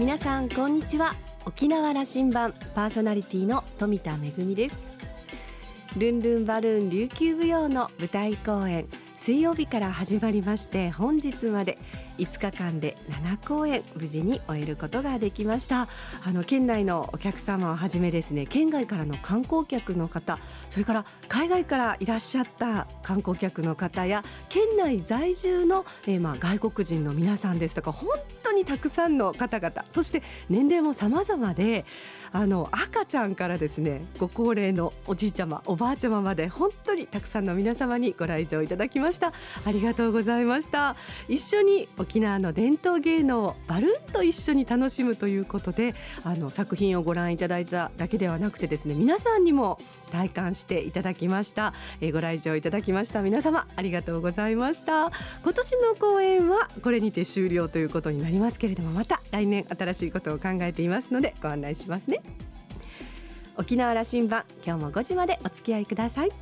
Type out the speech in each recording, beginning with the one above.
皆さんこんにちは。沖縄羅針盤パーソナリティの富田恵です。ルンルンバルーン琉球舞踊の舞台公演、水曜日から始まりまして、本日まで5日間で7公演無事に終えることができました。県内のお客様をはじめですね、県外からの観光客の方、それから海外からいらっしゃった観光客の方や県内在住の、外国人の皆さんですとか、本当にたくさんの方々、そして年齢も様々で、赤ちゃんからですね、ご高齢のおじいちゃまおばあちゃままで、本当にたくさんの皆様にご来場いただきました。ありがとうございました。一緒に沖縄の伝統芸能をバルーンと一緒に楽しむということで、作品をご覧いただいただけではなくてですね、皆さんにも体感していただきました。ご来場いただきました皆様、ありがとうございました。今年の公演はこれにて終了ということになりますけれども、また来年新しいことを考えていますのでご案内しますね。沖縄羅針盤、今日も5時までお付き合いください。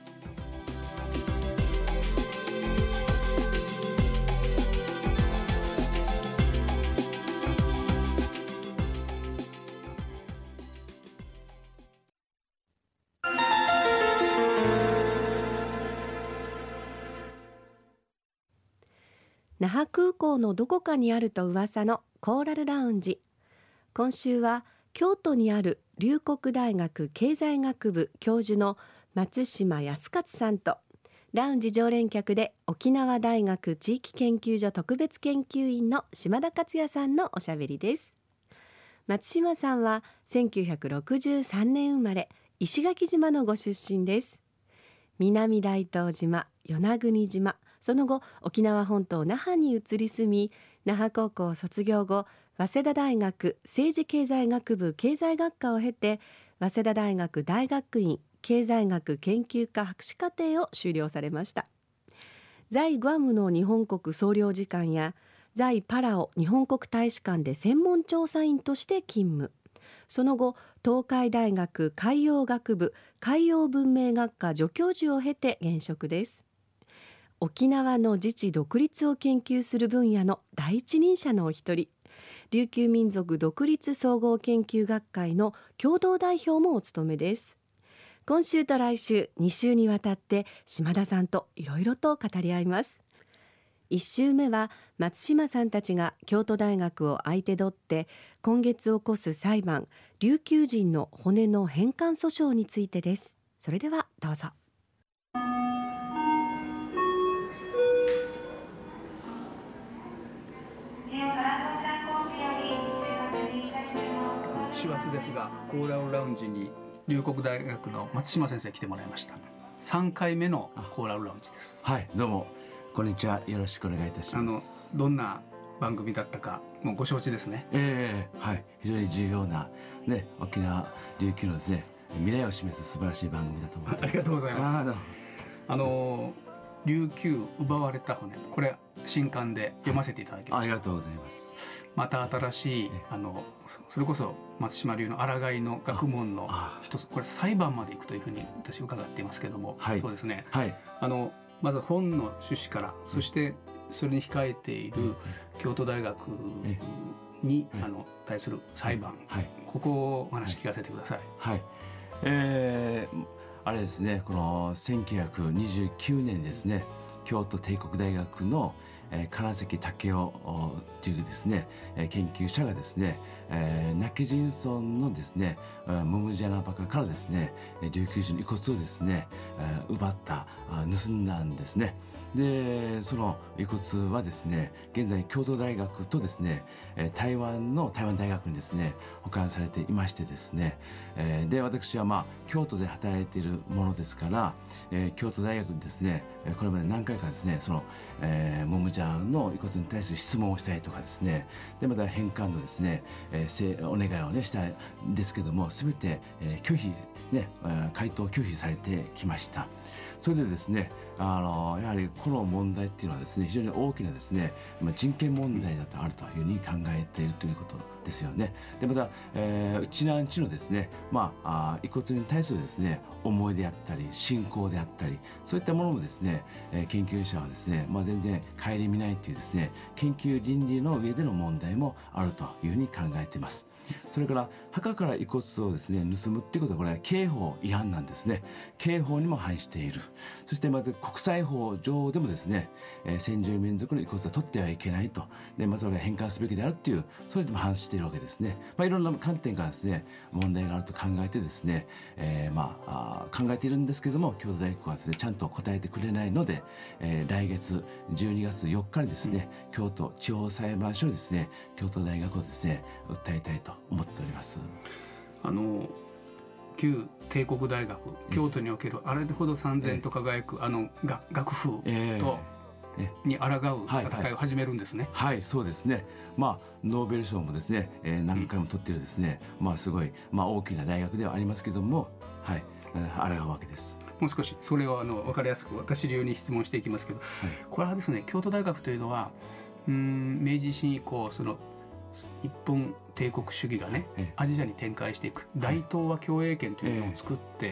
那覇空港のどこかにあると噂のコーラルラウンジ。今週は京都にある龍谷大学経済学部教授の松島康勝さんと、ラウンジ常連客で沖縄大学地域研究所特別研究員の島田克也さんのおしゃべりです。松島さんは1963年生まれ、石垣島のご出身です。南大東島、与那国島、その後沖縄本島那覇に移り住み、那覇高校卒業後、早稲田大学政治経済学部経済学科を経て、早稲田大学大学院経済学研究科博士課程を修了されました。在グアムの日本国総領事館や在パラオ日本国大使館で専門調査員として勤務。その後、東海大学海洋学部海洋文明学科助教授を経て現職です。沖縄の自治独立を研究する分野の第一人者のお一人、琉球民族独立総合研究学会の共同代表もお務めです。今週と来週2週にわたって島田さんといろいろと語り合います。1週目は松島さんたちが京都大学を相手取って今月起こす裁判、琉球人の骨の返還訴訟についてです。それではどうぞ。 師走ですが、コーラルラウンジに龍谷大学の松島先生来てもらいました。3回目のコーラルラウンジです。 はい、どうもこんにちは、よろしくお願いいたします。 どんな番組だったかもうご承知ですね。 はい、非常に重要な、ね、沖縄琉球のですね、未来を示す素晴らしい番組だと思います。 ありがとうございます。琉球奪われた骨、これ新刊で読ませていただきました。 ありがとうございます。 また新しいそれこそ松島流の抗いの学問の一つ、これ裁判まで行くというふうに私伺っていますけども、はい、そうですね、はい、まず本の趣旨から、そしてそれに控えている京都大学に対する裁判、ここをお話聞かせてください。 はい、あれですね、この1929年にですね、京都帝国大学の金関武雄というですね、研究者がですね、亡き人村のですねムムジャナバカからですね、琉球人の遺骨をですね、奪った盗んだんですね。でその遺骨はですね、現在京都大学とですね、台湾大学にですね保管されていましてですね、で私は京都で働いているものですから、京都大学にですねこれまで何回かですね、その、もむちゃんの遺骨に対する質問をしたりとかですね、でまた返還のですね、お願いをねしたんですけども、全て、拒否ね、回答を拒否されてきました。それでですね、やはりこの問題っていうのはですね、非常に大きなですね、人権問題だとあるというふうに考えているということですよね。でまた、うちなんちのですね、遺骨に対するですね思いであったり信仰であったり、そういったものもですね、研究者はですね、全然顧に見ないというですね、研究倫理の上での問題もあるというふうに考えています。それから墓から遺骨をですね盗むっていうことは、これは刑法違反なんですね。刑法にも反している。そしてまた国際法上でもですね、先住民族の遺骨は取ってはいけないと、でまずは返還すべきであるっていう、それでも反しているわけですね。いろんな観点からですね問題があると考えてですね、考えているんですけども、京都大学はですねちゃんと答えてくれないので、来月12月4日にですね、京都地方裁判所にですね京都大学をですね訴えたいと思っております。 旧帝国大学京都におけるあれほど燦然と輝く楽譜とに抗う戦いを始めるんですね。 はいそうですね。ノーベル賞もですね、何回も取っているですね、すごい、大きな大学ではありますけども、抗うわけです。 もう少しそれを分かりやすく私流に質問していきますけど、これはですね、京都大学というのは明治維新以降その日本帝国主義がね、アジアに展開していく大東亜共栄圏というのを作って、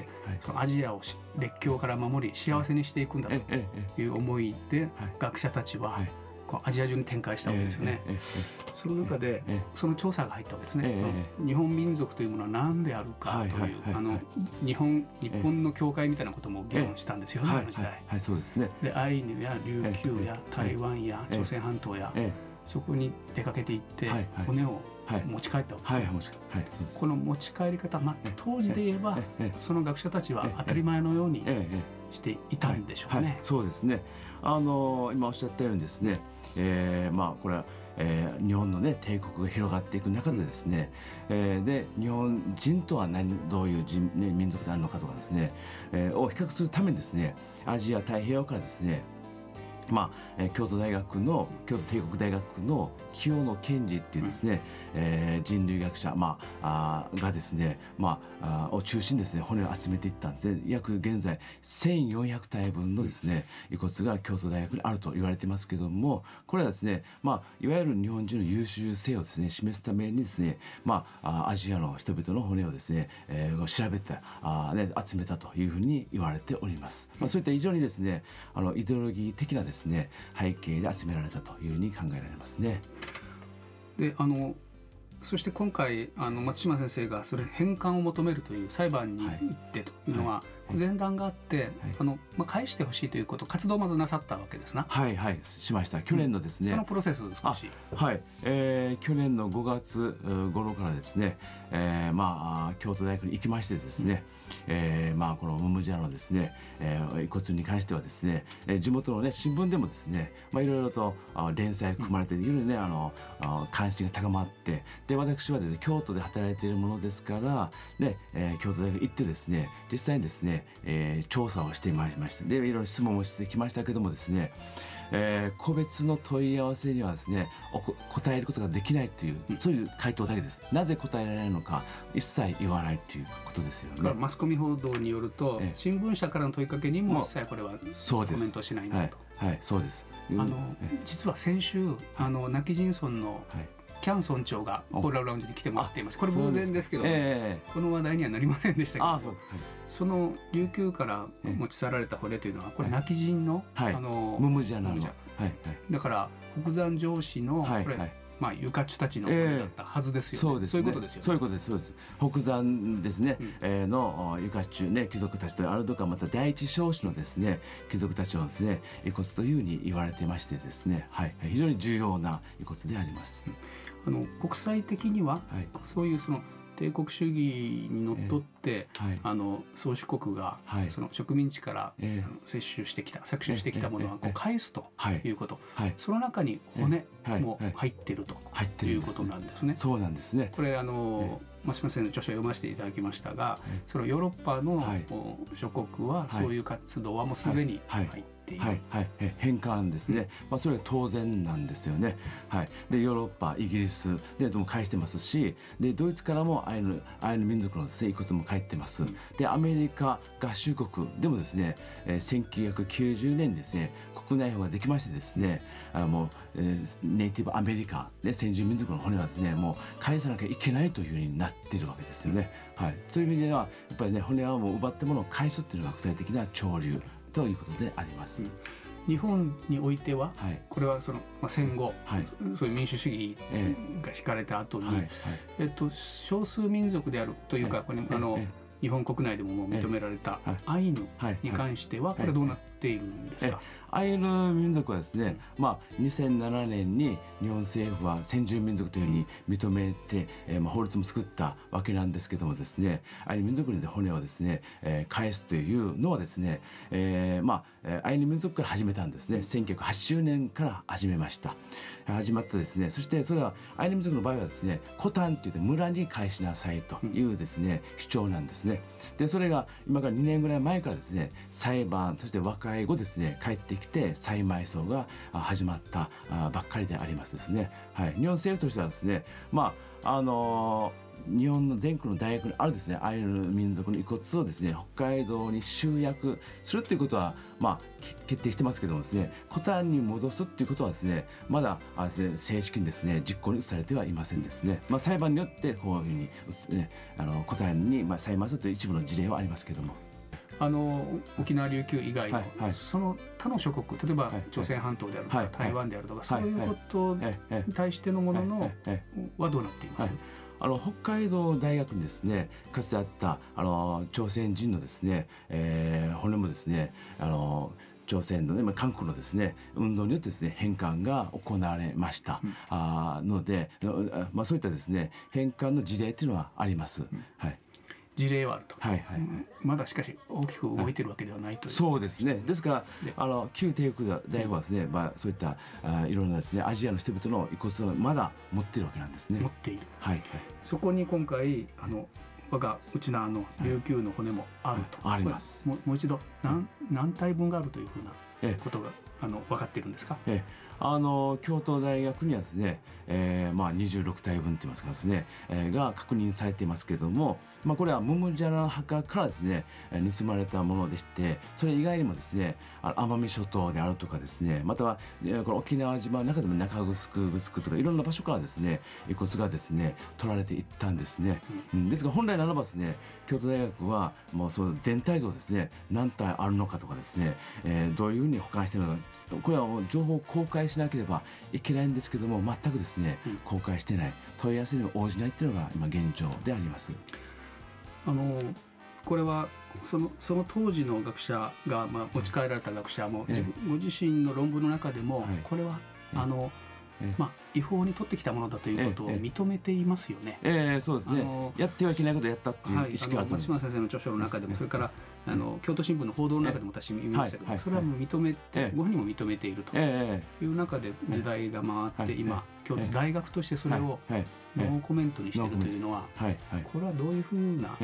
そのアジアを列強から守り幸せにしていくんだという思いで、学者たちはこうアジア中に展開したわけですよね。その中でその調査が入ったわけですね。日本民族というものは何であるかという日本の教会みたいなことも議論したんですよね、あの時代。 そうですね。 でアイヌや琉球や台湾や朝鮮半島やそこに出かけていって骨を持ち帰ったわけです。この持ち帰り方、当時で言えばその学者たちは当たり前のようにしていたんでしょうね。 そうですね。今おっしゃったようにですね、これは日本のね帝国が広がっていく中でですね、で日本人とはどういう民族であるのかとかですね、を比較するためにですね、アジア太平洋からですね、京都帝国大学の清野賢治っていうですね、人類学者、がですね、を中心にですね骨を集めていったんですね。約現在1400体分のですね遺骨が京都大学にあると言われていますけども、これはですね、いわゆる日本人の優秀性をですね示すためにですね、アジアの人々の骨をですね、調べた集めたというふうに言われております。そういった非常にですねイデオロギー的なですね背景で集められたというふうに考えられますね。 でそして今回松島先生がそれ返還を求めるという裁判に行ってというのは前段があって、返してほしいということ活動をまずなさったわけですな。 しました。去年のですね、 そのプロセス少し。 去年の5月頃からですね、京都大学に行きましてですね、このムムジャのですね、遺骨に関してはですね、地元のね新聞でもですね、いろいろと連載組まれているね関心が高まって、で私はですね京都で働いているものですからで、京都大学行ってですね実際にですね、調査をしてまいりました。でいろいろ質問をしてきましたけどもですね、個別の問い合わせにはですね答えることができないという、そういう回答だけです。なぜ答えられないのか一切言わないということですよね。 マスコミ報道によると、新聞社からの問いかけにも一切これはコメントしないんだと。 そうです。 実は先週今帰仁村のキャン村長がコーラルラウンジに来てもらっています。これ偶然ですけど、この話題にはなりませんでしたけど、その琉球から持ち去られた骨というのはこれ今帰仁のムムジャナの、 だから北山上司のこれゆかっちゅたちの骨だったはずですよね。そういうことですよね。 そういうことです。そうです。北山ですね、のゆかっちゅ貴族たちとあるとか、また第一少子のですね貴族たちのですね遺骨というふうに言われていましてですね、非常に重要な遺骨であります。 国際的にはそういうその帝国主義にのっとって、宗主国がその植民地から搾取してきたものはこう返すということ、その中に骨も入っているということなんですね。 そうなんですね。 これ松島先生の著書を読ませていただきましたが、そのヨーロッパの諸国はそういう活動はもうすでに入って返還ですね、それは当然なんですよね。でヨーロッパイギリスでも返してますし、でドイツからもアイヌ民族のですね遺骨も返ってます。でアメリカ合衆国でもですね、1990年にですね国内法ができましてですね、ネイティブアメリカで先住民族の骨はですねもう返さなきゃいけないというふうになっているわけですよね。という意味ではやっぱりね骨はもう奪ったものを返すっていうのが国際的な潮流ということであります。 日本においては、これはその、戦後、そういう民主主義が敷かれた後に、少数民族であるというか、これ日本国内でももう認められたアイヌに関してはこれどうなっているんですか？ アイヌ民族はですね、2007年に日本政府は先住民族というふうに認めて、法律も作ったわけなんですけどもですね、アイヌ民族に骨をですね、返すというのはですね、アイヌ民族から始めたんですね。1980年から始めました。始まったですね。そしてそれはアイヌ民族の場合はですね、コタンといって村に返しなさいというですね、主張なんですね。でそれが今から2年ぐらい前からですね、裁判そして和解後ですね、帰ってきて再埋葬が始まったばっかりでありますですね。日本政府としてはですね、日本の全国の大学にあるですね、アイヌ民族の遺骨をですね、北海道に集約するということは決定してますけどもですね、コタンに戻すということはですね、まだですね、正式にですね、実行に移されてはいませんですね。裁判によってこういうふうにですね、コタンに再回すという一部の事例はありますけども、 沖縄琉球以外の、その他の諸国、例えば朝鮮半島であるとか、台湾であるとか、そういうことに対してのもののはどうなっています？ 北海道大学にですね、かつてあった朝鮮人のですね、骨もですね、朝鮮のね、韓国のですね、運動によってですね、返還が行われました、ので、そういったですね、返還の事例というのはあります。 事例はあると、まだしかし大きく動いてるわけではないという、 そうですね。ですから旧帝国大学はですね、そういったいろんなですね、アジアの人々の遺骨をまだ持っているわけなんですね。 持っている、そこに今回我が内縄の琉球の骨もあると、 あります。 もう一度何体分があるというふうなことが分かっているんですか？ 京都大学にはですね、26体分といいますかですね、が確認されていますけれども、これはムムジャラ墓からですね、盗まれたものでして、それ以外にもですね、奄美諸島であるとかですね、またはこの沖縄島の中でも中城とかいろんな場所からですね、遺骨がですね取られていったんですね。ですが本来ならばですね、京都大学はもうその全体像ですね、何体あるのかとかですね、どういうふうに保管しているのか、これはもう情報を公開しなければいけないんですけども、全くですね、公開してない、問い合わせに応じないというのが今現状であります。 これはその当時の学者が、持ち帰られた学者も、ご自身の論文の中でも、これは違法に取ってきたものだということを認めていますよね。 そうですね。やってはいけないことをやったっていう意識があると思います。 松島先生の著書の中でも、それから京都新聞の報道の中でも私見ましたけど、それはもう認めて、ご本人も認めているという中で時代が回って、今京都大学としてそれをノーコメントにしているというのは、これはどういうふうな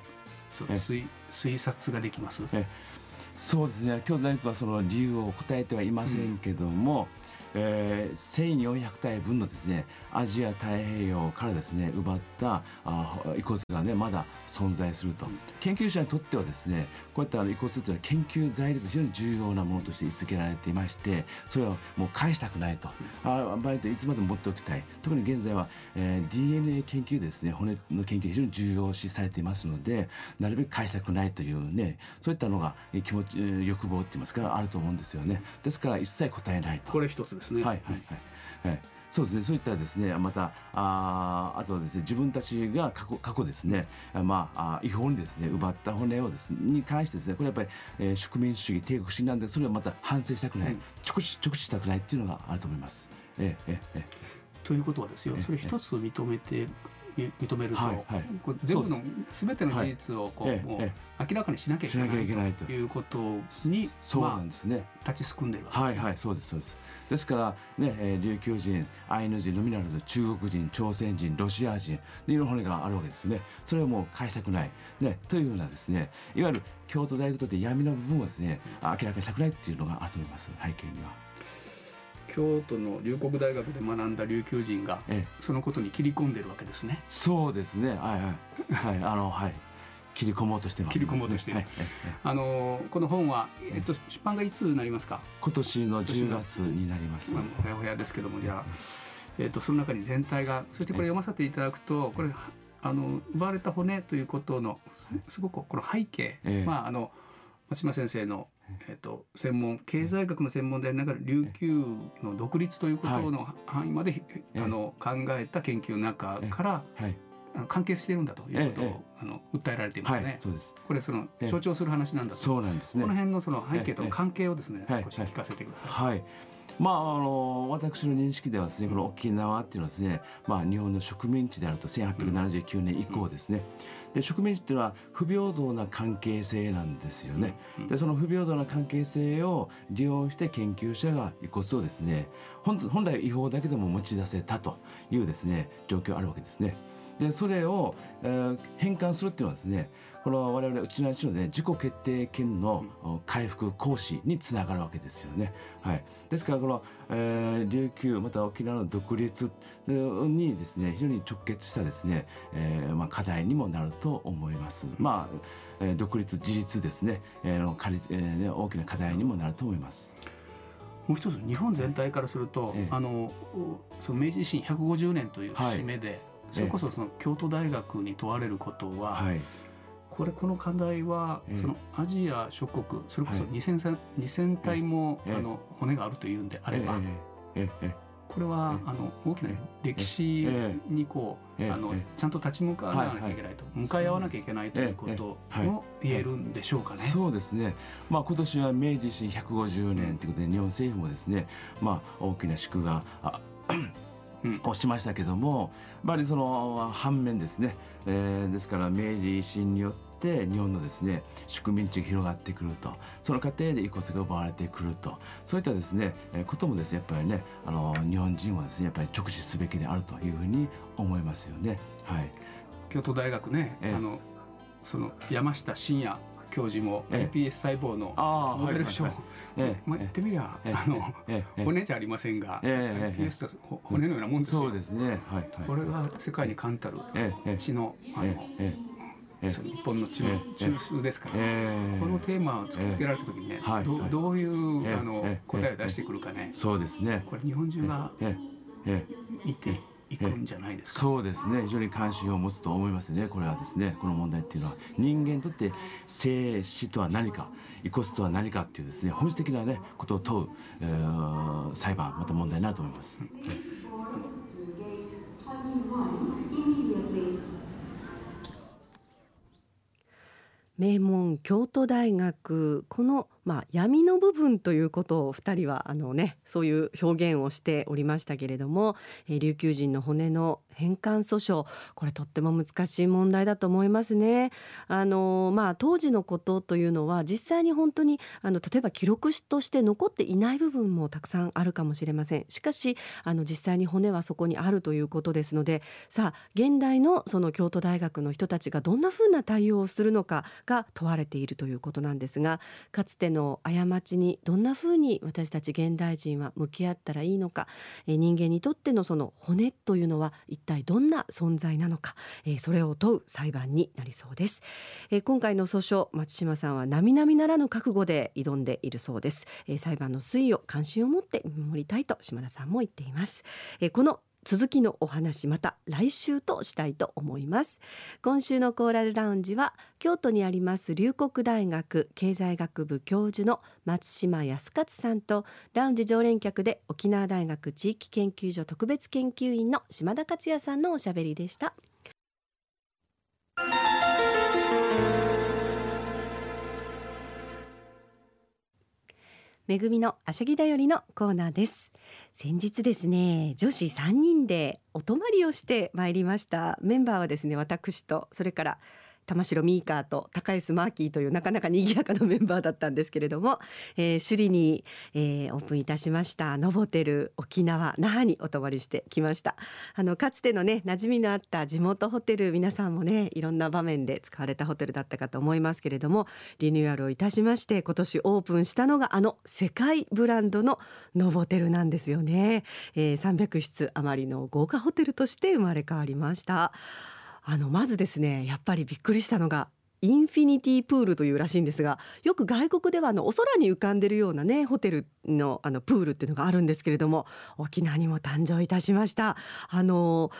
推察ができます？ そうですね。京都大学はその理由を答えてはいませんけども、1400体分のですね、アジア太平洋からですね奪った遺骨がね、まだ存在すると。研究者にとってはですね、こういった遺骨というのは研究材料と非常に重要なものとして位置づけられていまして、それをもう返したくないと、場合といつまでも持っておきたい。特に現在は、DNA 研究でですね、骨の研究が非常に重要視されていますので、なるべく返したくないというね、そういったのが欲望って言いますか、あると思うんですよね。ですから一切答えないと。 これ一つですね。 そうですね。そういったですね、またあとはですね、自分たちが過去ですね、違法にですね奪った骨をですねに関してですね、これやっぱり、植民主義帝国主義なんで、それをまた反省したくない、直視したくないっていうのがあると思います。 ということはですよ、それ一つ認めると、これ全部の全ての事実をもう明らかにしなきゃいけないということにそうなんですね、 立ちすくんでるわけですね。 そうです。ですからね、琉球人、アイヌ人のみならず中国人、朝鮮人、ロシア人でいろんな骨があるわけですね。それをもう返したくない、というようなですね、いわゆる京都大学にとって闇の部分をですね明らかにしたくないっていうのがあると思います。背景には京都の龍谷大学で学んだ琉球人がそのことに切り込んでるわけですね。 そうですね。切り込もうとしてます、ね。 切り込もうとしている。この本は、出版がいつになりますか？ 今年の10月になります。 ほやほやですけども、じゃあ、その中に全体が、そしてこれ読ませていただくと、これ奪われた骨ということのすごくこの背景、 松島先生の、専門経済学の専門でありながら琉球の独立ということの範囲まで、考えた研究の中から、関係しているんだということを、訴えられていますね。 そうです。 これ象徴する話なんだと。 そうなんですね。 この辺のその背景との関係をですね、少し聞かせてください。 私の認識ではですね、この沖縄っていうのはですね、日本の植民地であると1879年以降ですね、で植民地っていうのは不平等な関係性なんですよね。でその不平等な関係性を利用して研究者が遺骨をですね、本来違法だけでも持ち出せたというですね状況があるわけですね。でそれを、返還するっていうのはですね、この我々内縄地の、自己決定権の回復行使につながるわけですよね。ですからこの、琉球また沖縄の独立にですね非常に直結したですね、課題にもなると思います。独立自立ですね、大きな課題にもなると思います。 もう一つ日本全体からすると、その明治維新150年という節目で、それこそその京都大学に問われることは、この課題はそのアジア諸国、それこそ2000体も骨があるというんであれば、これは大きな歴史にちゃんと立ち向かわなきゃいけないと、向かい合わなきゃいけないということも言えるんでしょうかね。 そうですね。今年は明治維新150年ということで、日本政府もですね、大きな祝賀をしましたけども、その反面ですね、ですから明治維新によって日本のですね植民地が広がってくると、その過程で遺骨が奪われてくると、そういったですねこともですねやっぱりね日本人はですねやっぱり直視すべきであるというふうに思いますよね。 京都大学ね、その山下真也教授も iPS 細胞のモデル賞、言ってみりゃ骨じゃありませんが iPS と骨のようなもんですよ。 そうですね。 これが世界に冠たる血のその一本の血の中枢ですから、このテーマを突きつけられた時にね、どういう答えを出してくるかね。 そうですね。 これ日本中が見ていくんじゃないですか。 そうですね。非常に関心を持つと思いますね。これはですね、この問題っていうのは人間にとって生死とは何か、遺骨とは何かっていうですね本質的なねことを問う、裁判また問題になると思います。 名門京都大学、この闇の部分ということを2人はそういう表現をしておりましたけれども、琉球人の骨の返還訴訟、これとっても難しい問題だと思いますね。当時のことというのは実際に本当に例えば記録として残っていない部分もたくさんあるかもしれません。しかし実際に骨はそこにあるということですので、さあ現代のその京都大学の人たちがどんなふうな対応をするのかが問われているということなんですが、かつての過ちにどんなふうに私たち現代人は向き合ったらいいのか、人間にとってのその骨というのは一体どんな存在なのか、それを問う裁判になりそうです。今回の訴訟、松島さんは並々ならぬ覚悟で挑んでいるそうです。裁判の推移を関心を持って見守りたいと島田さんも言っています。この続きのお話、また来週としたいと思います。今週のコーラルラウンジは京都にあります龍谷大学経済学部教授の松島康勝さんと、ラウンジ常連客で沖縄大学地域研究所特別研究員の島田克也さんのおしゃべりでした。めぐみのあしゃぎだよりのコーナーです。先日ですね、女子3人でお泊まりをしてまいりました。メンバーはですね、私とそれから玉城ミーカーと高安マーキーというなかなか賑やかなメンバーだったんですけれども、首里に、オープンいたしましたノボテル沖縄那覇にお泊まりしてきました。かつてのね馴染みのあった地元ホテル、皆さんもねいろんな場面で使われたホテルだったかと思いますけれども、リニューアルをいたしまして今年オープンしたのが世界ブランドのノボテルなんですよね。300室余りの豪華ホテルとして生まれ変わりました。まずですね、やっぱりびっくりしたのがインフィニティプールというらしいんですが、よく外国ではお空に浮かんでるようなねホテルのプールっていうのがあるんですけれども、沖縄にも誕生いたしました。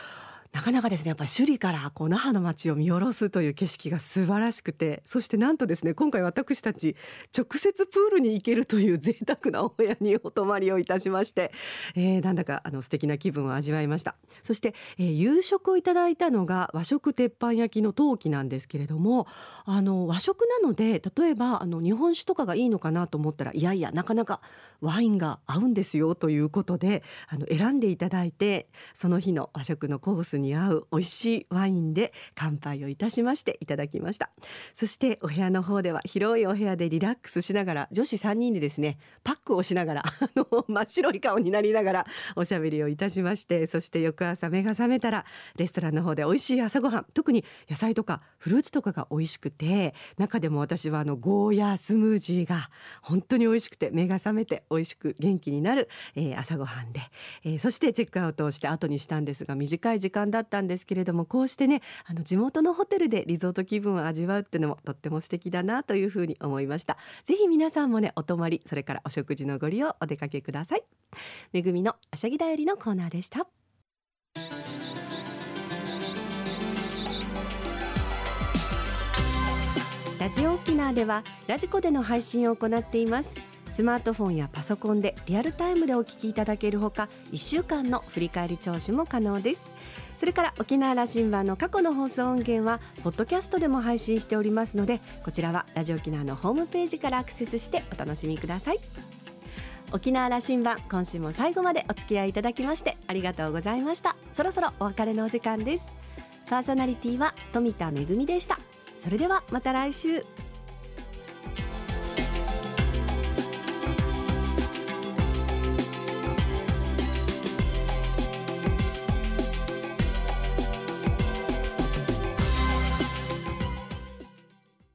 なかなかですねやっぱり首里から那覇の街を見下ろすという景色が素晴らしくて、そしてなんとですね今回私たち直接プールに行けるという贅沢なお部屋にお泊まりをいたしまして、なんだか素敵な気分を味わいました。そして、夕食をいただいたのが和食鉄板焼きの陶器なんですけれども、和食なので例えば日本酒とかがいいのかなと思ったら、いやいやなかなかワインが合うんですよということで選んでいただいて、その日の和食のコースに合う美味しいワインで乾杯をいたしましていただきました。そしてお部屋の方では広いお部屋でリラックスしながら、女子3人でですねパックをしながら真っ白い顔になりながらおしゃべりをいたしまして、そして翌朝目が覚めたらレストランの方で美味しい朝ごはん、特に野菜とかフルーツとかが美味しくて、中でも私はゴーヤースムージーが本当に美味しくて、目が覚めて美味しく元気になる、朝ごはんで、そしてチェックアウトをして後にしたんですが、短い時間だったんですけれども、こうしてね地元のホテルでリゾート気分を味わうっていうのもとっても素敵だなというふうに思いました。ぜひ皆さんもねお泊まり、それからお食事のご利用お出かけください。めぐみのあしゃぎだよりのコーナーでした。ラジオ沖縄ではラジコでの配信を行っています。スマートフォンやパソコンでリアルタイムでお聞きいただけるほか、1週間の振り返り聴取も可能です。それから沖縄羅針盤の過去の放送音源はポッドキャストでも配信しておりますので、こちらはラジオ沖縄のホームページからアクセスしてお楽しみください。沖縄羅針盤、今週も最後までお付き合いいただきましてありがとうございました。そろそろお別れのお時間です。パーソナリティは富田恵でした。それではまた来週。